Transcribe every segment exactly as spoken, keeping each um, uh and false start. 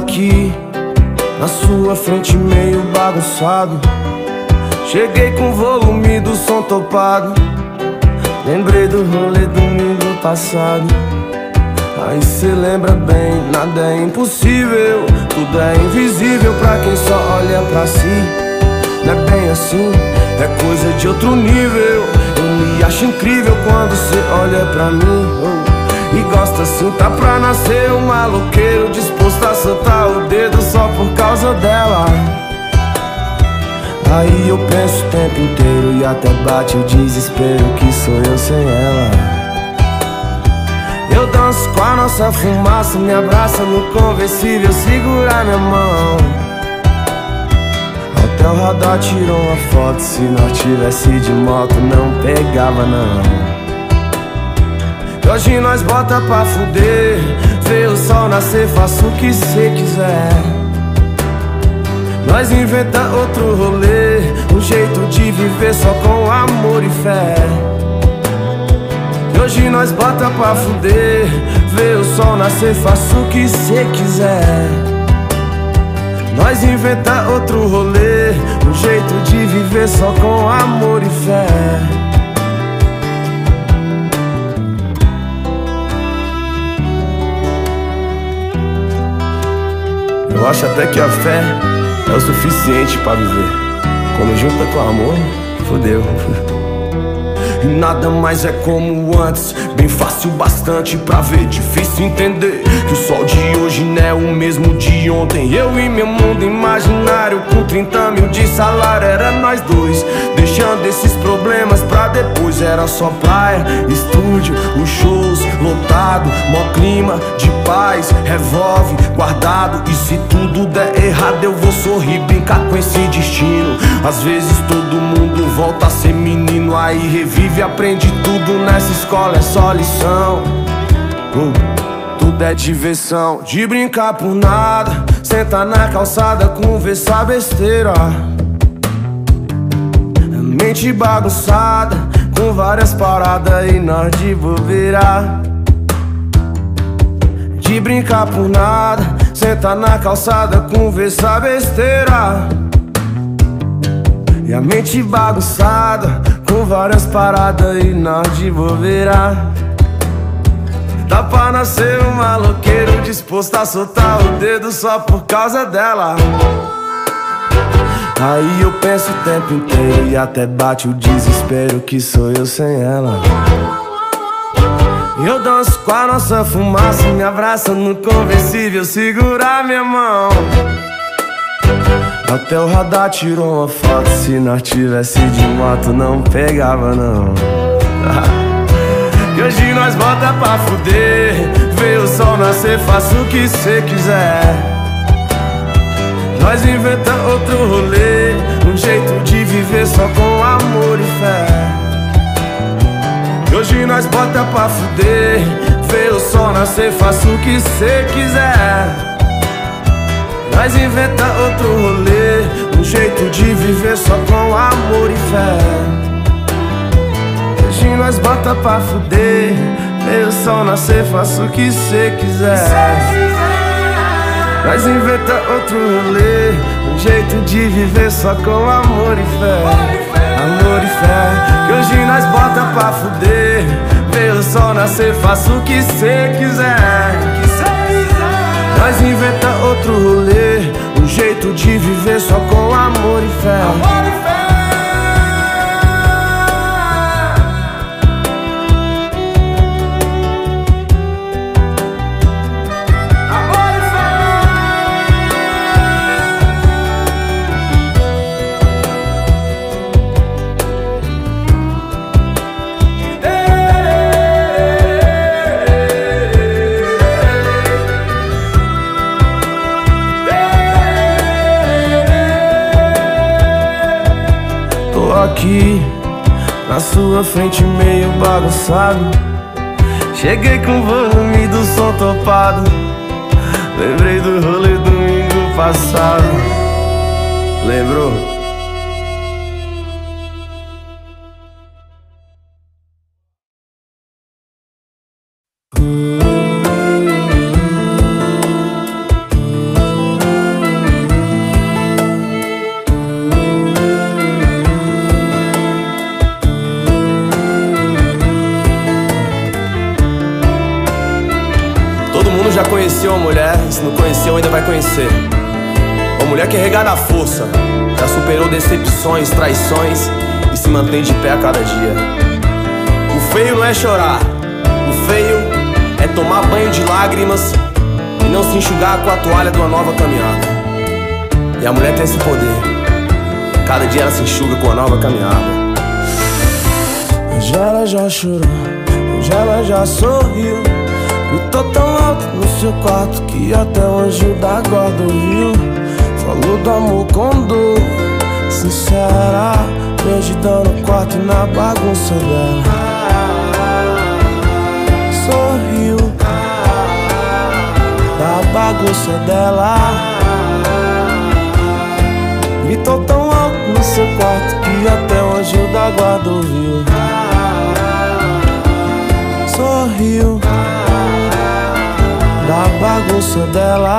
aqui na sua frente meio bagunçado. Cheguei com o volume do som topado. Lembrei do rolê domingo passado. Aí cê lembra bem, nada é impossível, tudo é invisível pra quem só olha pra si. Não é bem assim, é coisa de outro nível. Eu me acho incrível quando cê olha pra mim, oh. E gosta assim, tá pra nascer um maloqueiro disposto a soltar o dedo só por causa dela. Aí eu penso o tempo inteiro e até bate o desespero que sou eu sem ela. Eu danço com a nossa fumaça, me abraça no conversível, segura minha mão. Até o radar tirou uma foto, se nós tivesse de moto não pegava não. E hoje nós bota pra fuder, vê o sol nascer, faça o que cê quiser. Nós inventa outro rolê, um jeito de viver só com amor e fé. E hoje nós bota pra fuder, vê o sol nascer, faça o que cê quiser. Nós inventa outro rolê, um jeito de viver só com amor e fé. Eu acho até que a fé é o suficiente pra viver. Quando junta com amor, fodeu. E nada mais é como antes, bem fácil bastante pra ver. Difícil entender que o sol de hoje não é o mesmo de ontem. Eu e meu mundo imaginário com trinta mil de salário, era nós dois, deixando esses problemas pra depois. Era só praia, estúdio, os shows lotado, mó clima de paz, revolve guardado. E se tudo der errado eu vou sorrir, brincar com esse destino. Às vezes todo mundo volta a ser menino, aí revive, aprende tudo nessa escola, é só lição. uh, Tudo é diversão, de brincar por nada, sentar na calçada, conversar besteira. Mente bagunçada, com várias paradas e nós de bobeira. De brincar por nada, sentar na calçada, conversar besteira. E a mente bagunçada, com várias paradas e nós de bobeira. Dá pra nascer um maloqueiro disposto a soltar o dedo só por causa dela. Aí eu penso o tempo inteiro e até bate o desespero que sou eu sem ela. Eu danço com a nossa fumaça, me abraça no conversível, segura minha mão. Até o radar tirou uma foto, se nós tivesse de moto não pegava não. E hoje nós bota pra fuder, vê o sol nascer, faça o que cê quiser. Nós inventa outro rolê, um jeito de viver só com amor e fé. E hoje nós bota pra fuder, vê o sol nascer, faça o que cê quiser. Nós inventa outro rolê, um jeito de viver só com amor e fé. Hoje nós bota pra fuder, vê o sol nascer, faça o que cê quiser. Nós inventa outro rolê, um jeito de viver só com amor e fé. Amor e fé. Que hoje nós bota pra fuder, vê o sol nascer, faça o que cê quiser. Nós inventa outro rolê, um jeito de viver só com amor e fé. Amor e fé. Aqui na sua frente meio bagunçado. Cheguei com o volume do som topado. Lembrei do rolê domingo passado. Lembrou? conheceu uma mulher, se não conheceu ainda vai conhecer. Uma mulher que é regada à força, já superou decepções, traições e se mantém de pé a cada dia. O feio não é chorar, o feio é tomar banho de lágrimas e não se enxugar com a toalha de uma nova caminhada. E a mulher tem esse poder, cada dia ela se enxuga com uma nova caminhada. Hoje ela já chorou, hoje ela já sorriu, gritou tão alto no seu quarto que até o anjo da guarda ouviu. Falou do amor com dor, sincera, perdida no quarto e na bagunça dela. Sorriu da bagunça dela. Gritou tão alto no seu quarto que até o anjo da guarda ouviu. Sorriu da bagunça dela.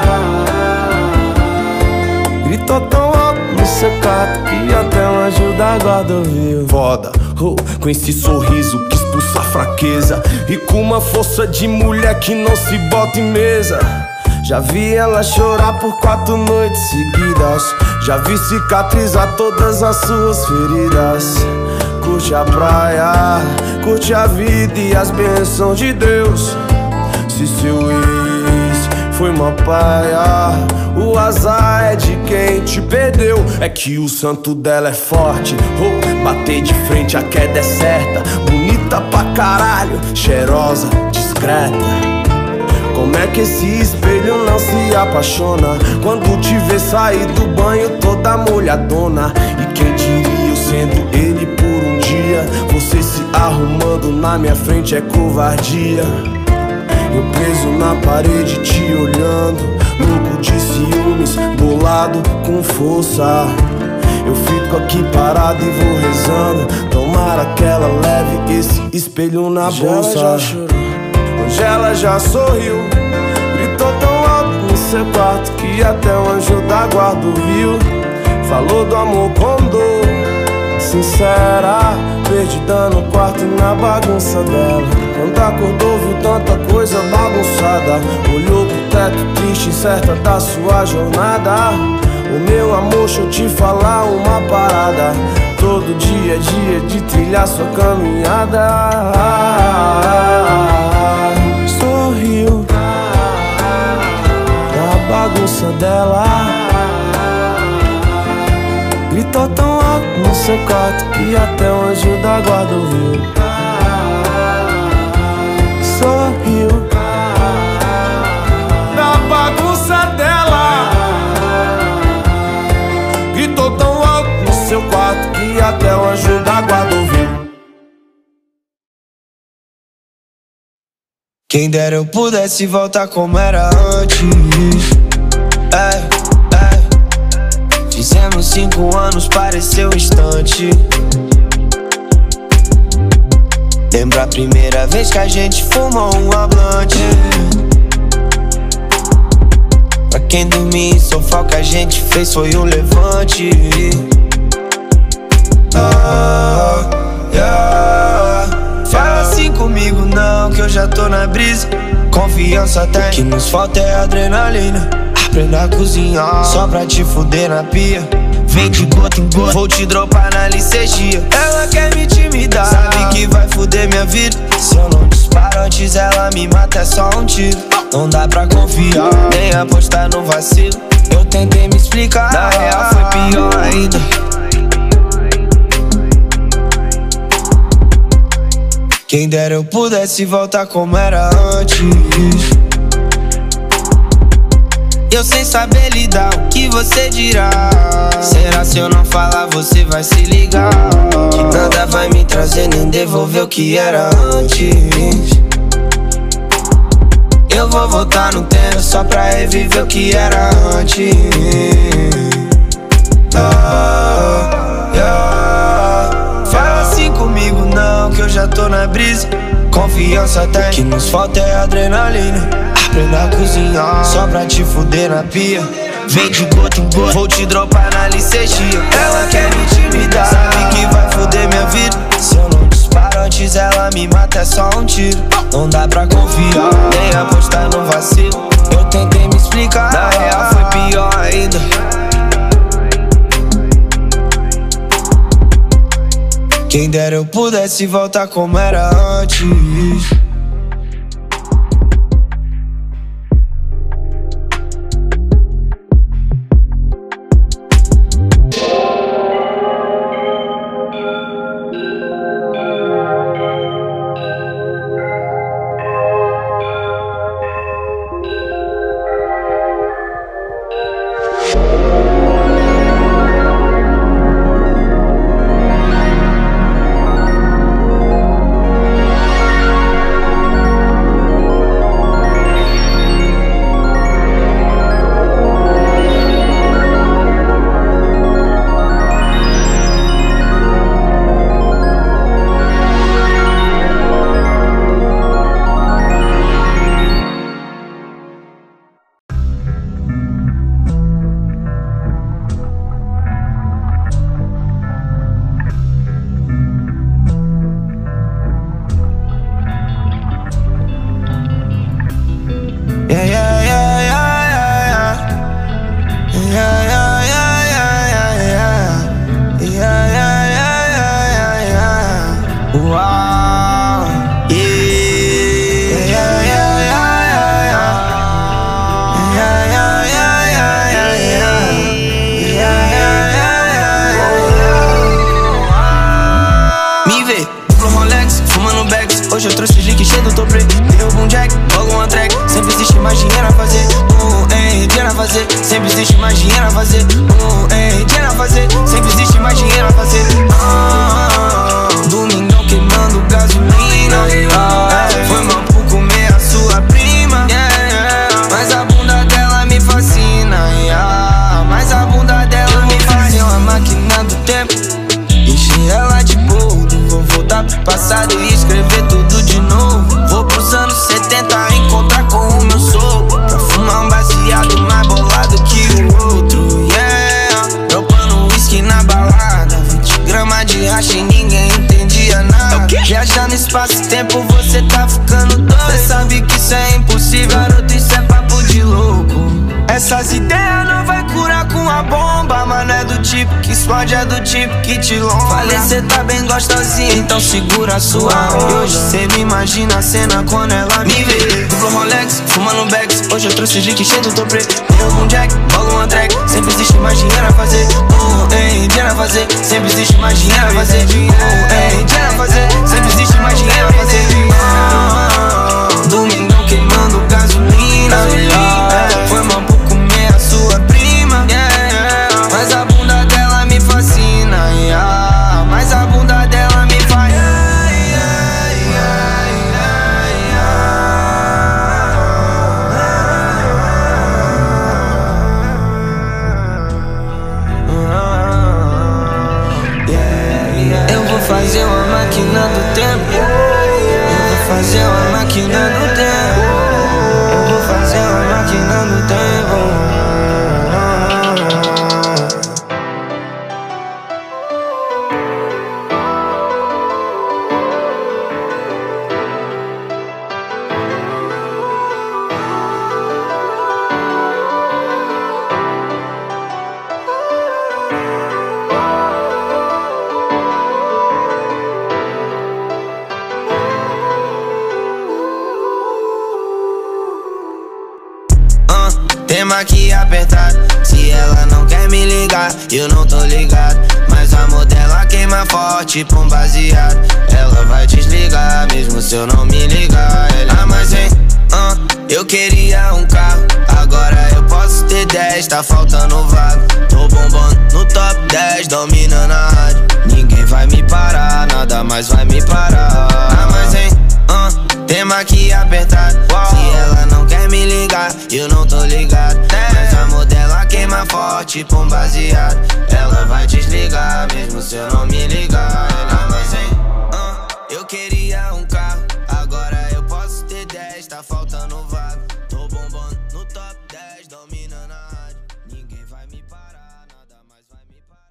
Gritou tão alto no seu quarto que até o anjo da guarda ouviu. Foda, oh, com esse sorriso que expulsa a fraqueza e com uma força de mulher que não se bota em mesa. Já vi ela chorar por quatro noites seguidas, já vi cicatrizar todas as suas feridas. Curte a praia, curte a vida e as bênçãos de Deus. Se seu ex foi uma paia, o azar é de quem te perdeu. É que o santo dela é forte, oh, bater de frente a queda é certa. Bonita pra caralho, cheirosa, discreta. Como é que esse espelho não se apaixona quando te vê sair do banho toda molhadona? E quem diria eu sendo ele por um dia, você se arrumando na minha frente é covardia. Eu preso na parede te olhando, louco de ciúmes, bolado com força. Eu fico aqui parado e vou rezando, tomara que ela leve esse espelho na bolsa. Ela já chorou, hoje ela já sorriu, gritou tão alto no seu quarto que até o anjo da guarda ouviu. Falou do amor com dor, sincera, perdida no quarto e na bagunça dela. Quando acordou viu tanta coisa bagunçada, olhou pro teto triste, certa da sua jornada. O meu amor, deixa eu te falar uma parada, todo dia é dia de trilhar sua caminhada. Sorriu da bagunça dela. Gritou tão alto no seu quarto que até o anjo da guarda ouviu. Sorriu da bagunça dela. Gritou tão alto no seu quarto que até o anjo da guarda ouviu. Quem dera eu pudesse voltar como era antes. É, é. Fizemos cinco anos, pareceu um instante. Lembra a primeira vez que a gente fumou um hablante. Pra quem dormia em sofá, o que a gente fez foi um levante. Ah, yeah. Fala assim comigo não, que eu já tô na brisa. Confiança tem, o que nos falta é adrenalina. Aprenda a cozinhar, só pra te fuder na pia. Vem de gota em gota, vou te dropar na licegia. Ela quer me intimidar, sabe que vai fuder minha vida. Se eu não disparo antes, ela me mata, é só um tiro. Não dá pra confiar, nem apostar no vacilo. Eu tentei me explicar, na real foi pior ainda. Quem dera eu pudesse voltar como era antes. Eu sem saber lidar, o que você dirá? Será se eu não falar você vai se ligar? Que nada vai me trazer nem devolver o que era antes. Eu vou voltar no tempo só pra reviver o que era antes. Ah, yeah. Fala assim comigo não, que eu já tô na brisa. Confiança tem, o que nos falta é adrenalina. Aprenda a cozinhar, só pra te fuder na pia. Vem de gota em gota, vou te dropar na licegia. Ela quer me intimidar, sabe que vai fuder minha vida. Se eu não disparo antes, ela me mata, é só um tiro. Não dá pra confiar, nem apostar no vacilo. explicar. Na real foi pior ainda. Quem dera eu pudesse voltar como era antes. Hoje eu trouxe link cheio do toprê. Derrubo um jack, logo uma track. Sempre existe mais dinheiro a fazer. Um, hein, dinheiro a fazer. Sempre existe mais dinheiro a fazer. Um, hein, dinheiro a fazer. Sempre existe mais dinheiro a fazer. Ah, ah, ah. Domingão queimando gasolina. Ah, foi mal por comer a sua prima. Yeah, yeah. Mas a bunda dela me fascina. Yeah. Mas a bunda dela me faz uma máquina do tempo. Encher ela de boldo. Vou voltar pro passado e escrever tudo de novo. Vou pros anos setenta encontrar com o meu sogro. Pra fumar um baseado mais bolado que o outro. Yeah, dropando whisky na balada. Vinte gramas de hash e ninguém entendia nada. Viajar no espaço-tempo você tá ficando doido. Cê sabe que isso é impossível, garoto, isso é papo de louco. Essas ideias não vai curar com a bomba. Mas não é do tipo que explode, é do tipo que te lomba. Falei cê tá bem gostosinha, então segura a sua onda. E hoje cê me imagina a cena quando ela me vê. Duplo Rolex, fumando bags. Hoje eu trouxe link cheio do toprê. Derrubo um jack, logo uma track. Sempre existe mais dinheiro a fazer. Uh, ei, dinheiro a fazer. Sempre existe mais dinheiro a fazer. Uh, ei, dinheiro a fazer. Sempre existe mais dinheiro a fazer. uh, Domingão queimando gasolina. uh, Foi mal por comer a sua prima. Yeah, yeah. Mas a bunda dela me fascina. Yeah. Mas a bunda dela me faz. Yeah, yeah, yeah, yeah, yeah, yeah. Eu vou fazer uma máquina do tempo. Eu vou fazer uma máquina do tempo. Eu vou fazer uma máquina do tempo. Tema que apertar. Se ela não quer me ligar, eu não tô ligado. Mas o amor dela queima forte pra um baseado. Ela vai desligar mesmo se eu não me ligar. Ah, mas hein, uh, eu queria um carro. Agora eu posso ter dez, tá faltando vaga. Tô bombando no top dez, dominando a rádio. Ninguém vai me parar, nada mais vai me parar. Ah, mas hein, uh, tema que apertar. Se ela não quer me ligar, eu não tô ligado. Mas o amor dela queima forte pra um baseado. Ela vai desligar mesmo se eu não me ligar. Ah, mas hein, uh, eu queria um carro. Agora eu posso ter dez, tá faltando vaga. Tô bombando no top dez, dominando a rádio. Ninguém vai me parar, nada mais vai me parar.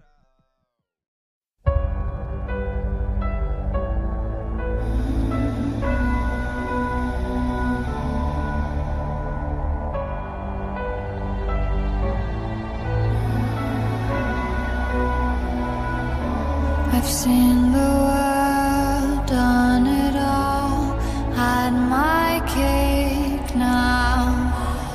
I've seen the world, done it all, had my cake now.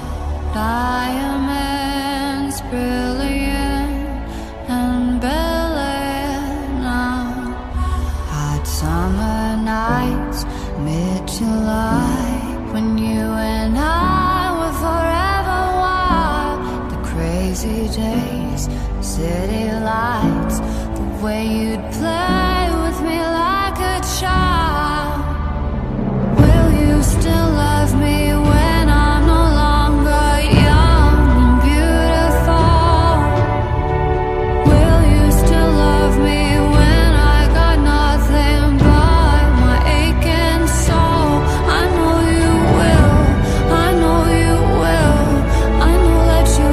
Diamonds brilliant and Bel-Air now. Hot summer nights, mid-July, when you and I were forever wild. The crazy days, city lights, the way you'd play with me like a child. Will you still love me when I'm no longer young and beautiful? Will you still love me when I got nothing but my aching soul? I know you will, I know you will, I know that you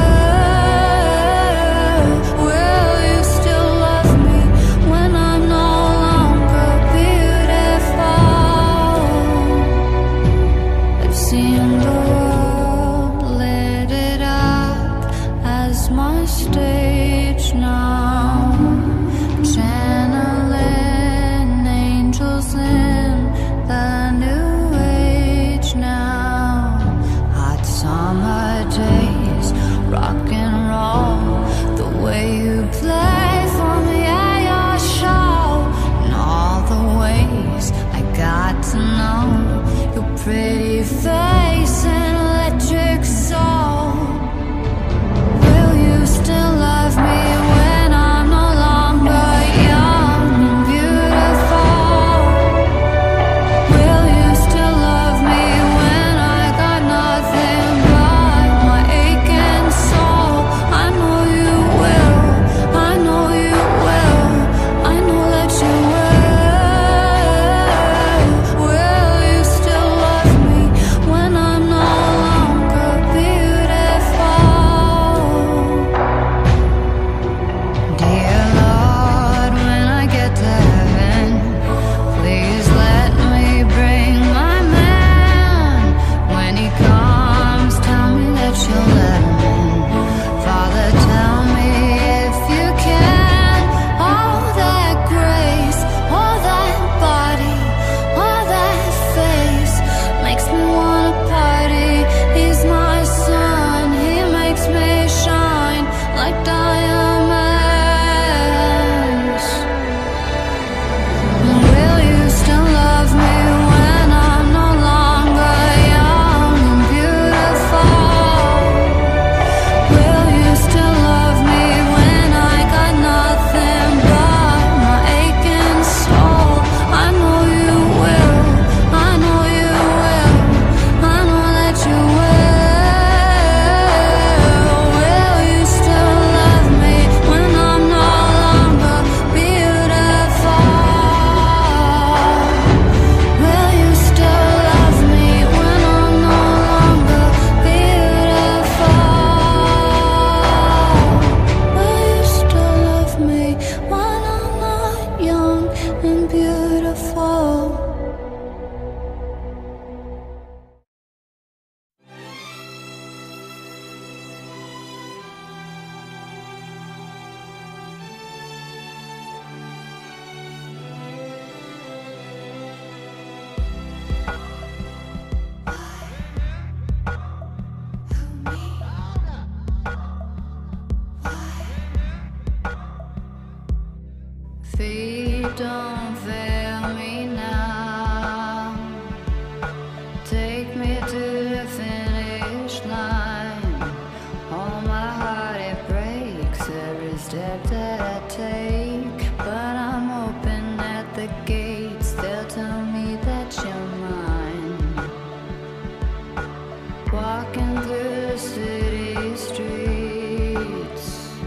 will. Will you still love me when I'm no longer beautiful? I've seen the world, lit it up as my stage now. Channeling angels in the new age now. Hot summer days, rock and roll, the way you play for me at your show, and all the ways I got to know your pretty face and electric soul. Will you still love me when I'm no longer young and beautiful? Will you still love me when I got nothing but my aching soul? I know you will, I know you will, I know that you will. Will you still love me when I'm no longer beautiful? Dear Lord, when I get to heaven, please let me bring my man. When he comes, tell me that you'll let him in. Father, tell me if you can. All that grace, all that body, all that face makes me wanna party. He's my sun, he makes me shine like diamonds. Will you still love me when I'm no longer young and beautiful? Will you still love me when I got nothing but my aching soul? I know you will, I know you will, I know that you will. Will you still love me when I'm no longer beautiful? Will you still love me when I'm no longer beautiful? Will you still love me when I'm not young and beautiful? Feet don't fail me now. Take me to the finish line. Oh, my heart, it breaks every step that I take. But I'm open at the gates. They'll tell me that you're mine. Walking through the city streets.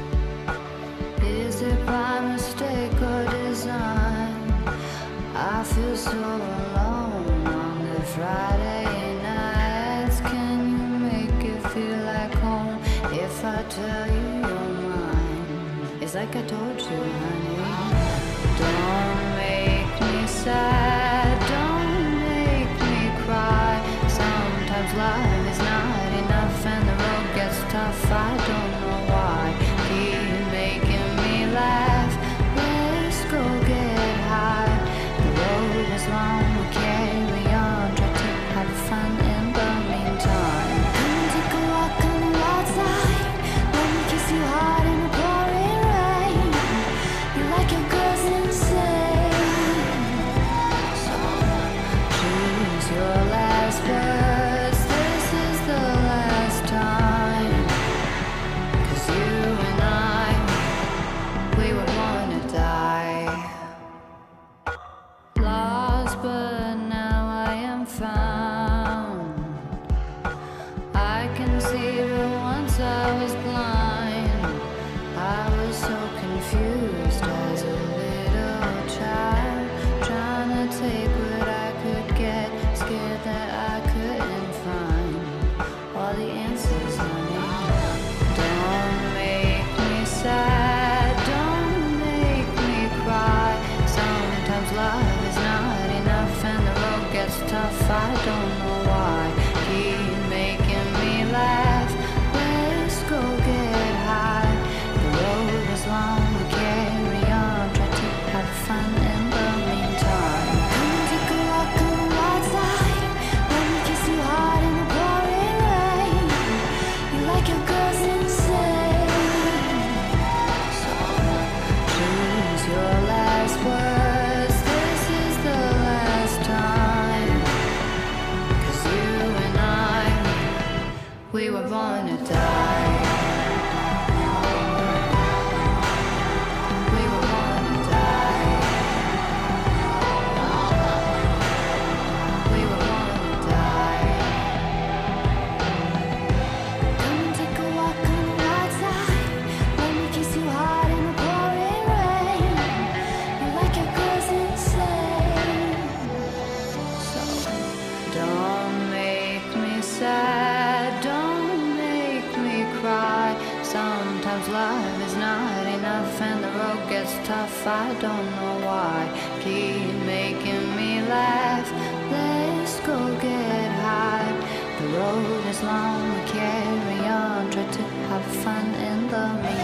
Is it by mistake or design? I feel so alone on the Friday nights. Can you make it feel like home if I tell you you're mine? It's like I told you, honey. Don't make me sad, don't make me cry. Sometimes life is not enough and the road gets tough. I don't know why. Keep making me laugh. Let's go confused as a little child, trying to take what I could get, scared that I couldn't find all the answers I need. Don't make me sad, don't make me cry. Sometimes love is not enough and the road gets tough, I don't know why. Keep making me laugh, let's go get high. The road is long, we carry on, try to have fun in the meantime. Come take a walk on the wild side, let me kiss you hard in the pouring rain. You like your girls insane, so choose your last words, this is the last time. Cause you and I, we were born to die. We were born to die. We were born to die. Come and take a walk on the wild side, let me kiss you hard in the pouring rain. You like your girls insane, so don't make me sad, don't make me cry. Sometimes love is not enough and the road gets tough, I don't know why. Keep making me laugh, let's go get high. The road is long, we carry on, try to have fun in the meantime.